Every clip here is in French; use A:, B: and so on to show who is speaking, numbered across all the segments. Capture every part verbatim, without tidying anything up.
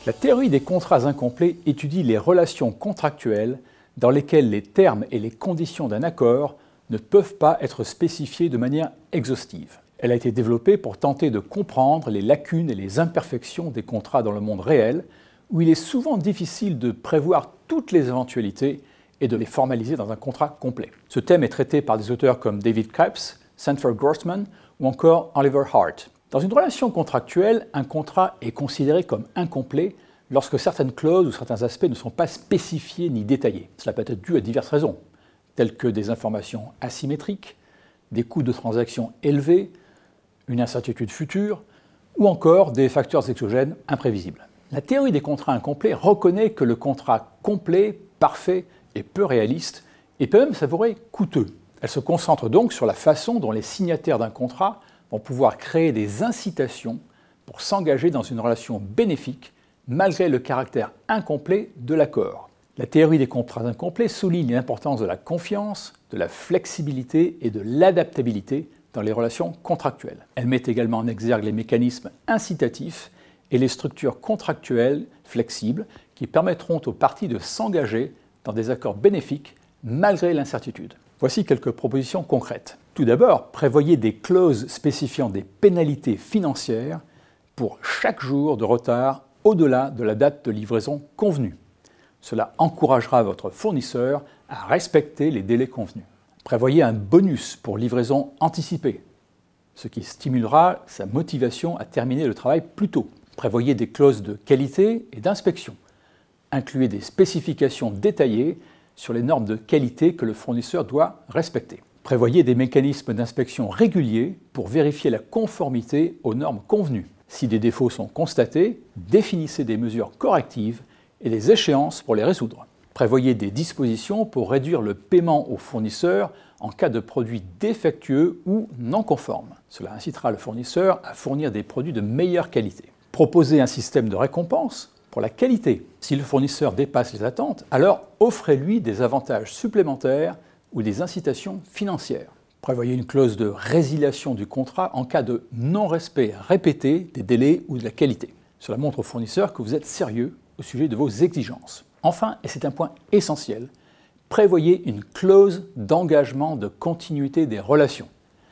A: La théorie des contrats incomplets étudie les relations contractuelles dans lesquelles les termes et les conditions d'un accord ne peuvent pas être spécifiés de manière exhaustive. Elle a été développée pour tenter de comprendre les lacunes et les imperfections des contrats dans le monde réel, où il est souvent difficile de prévoir toutes les éventualités et de les formaliser dans un contrat complet. Ce thème est traité par des auteurs comme David Capps, Sanford Grossman ou encore Oliver Hart. Dans une relation contractuelle, un contrat est considéré comme incomplet lorsque certaines clauses ou certains aspects ne sont pas spécifiés ni détaillés. Cela peut être dû à diverses raisons, telles que des informations asymétriques, des coûts de transaction élevés, une incertitude future, ou encore des facteurs exogènes imprévisibles. La théorie des contrats incomplets reconnaît que le contrat complet, parfait et peu réaliste est peut même s'avouer coûteux. Elle se concentre donc sur la façon dont les signataires d'un contrat vont pouvoir créer des incitations pour s'engager dans une relation bénéfique malgré le caractère incomplet de l'accord. La théorie des contrats incomplets souligne l'importance de la confiance, de la flexibilité et de l'adaptabilité dans les relations contractuelles. Elle met également en exergue les mécanismes incitatifs et les structures contractuelles flexibles qui permettront aux parties de s'engager dans des accords bénéfiques malgré l'incertitude. Voici quelques propositions concrètes. Tout d'abord, prévoyez des clauses spécifiant des pénalités financières pour chaque jour de retard au-delà de la date de livraison convenue. Cela encouragera votre fournisseur à respecter les délais convenus. Prévoyez un bonus pour livraison anticipée, ce qui stimulera sa motivation à terminer le travail plus tôt. Prévoyez des clauses de qualité et d'inspection. Incluez des spécifications détaillées sur les normes de qualité que le fournisseur doit respecter. Prévoyez des mécanismes d'inspection réguliers pour vérifier la conformité aux normes convenues. Si des défauts sont constatés, définissez des mesures correctives et des échéances pour les résoudre. Prévoyez des dispositions pour réduire le paiement aux fournisseurs en cas de produits défectueux ou non conformes. Cela incitera le fournisseur à fournir des produits de meilleure qualité. Proposez un système de récompense pour la qualité. Si le fournisseur dépasse les attentes, alors offrez-lui des avantages supplémentaires ou des incitations financières. Prévoyez une clause de résiliation du contrat en cas de non-respect répété des délais ou de la qualité. Cela montre au fournisseur que vous êtes sérieux au sujet de vos exigences. Enfin, et c'est un point essentiel, prévoyez une clause d'engagement de continuité des relations,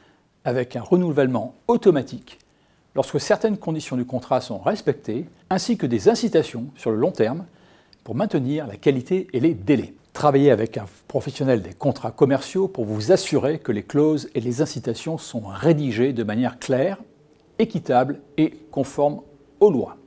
A: avec un renouvellement automatique lorsque certaines conditions du contrat sont respectées, ainsi que des incitations sur le long terme pour maintenir la qualité et les délais. Travaillez avec un professionnel des contrats commerciaux pour vous assurer que les clauses et les incitations sont rédigées de manière claire, équitable et conforme aux lois.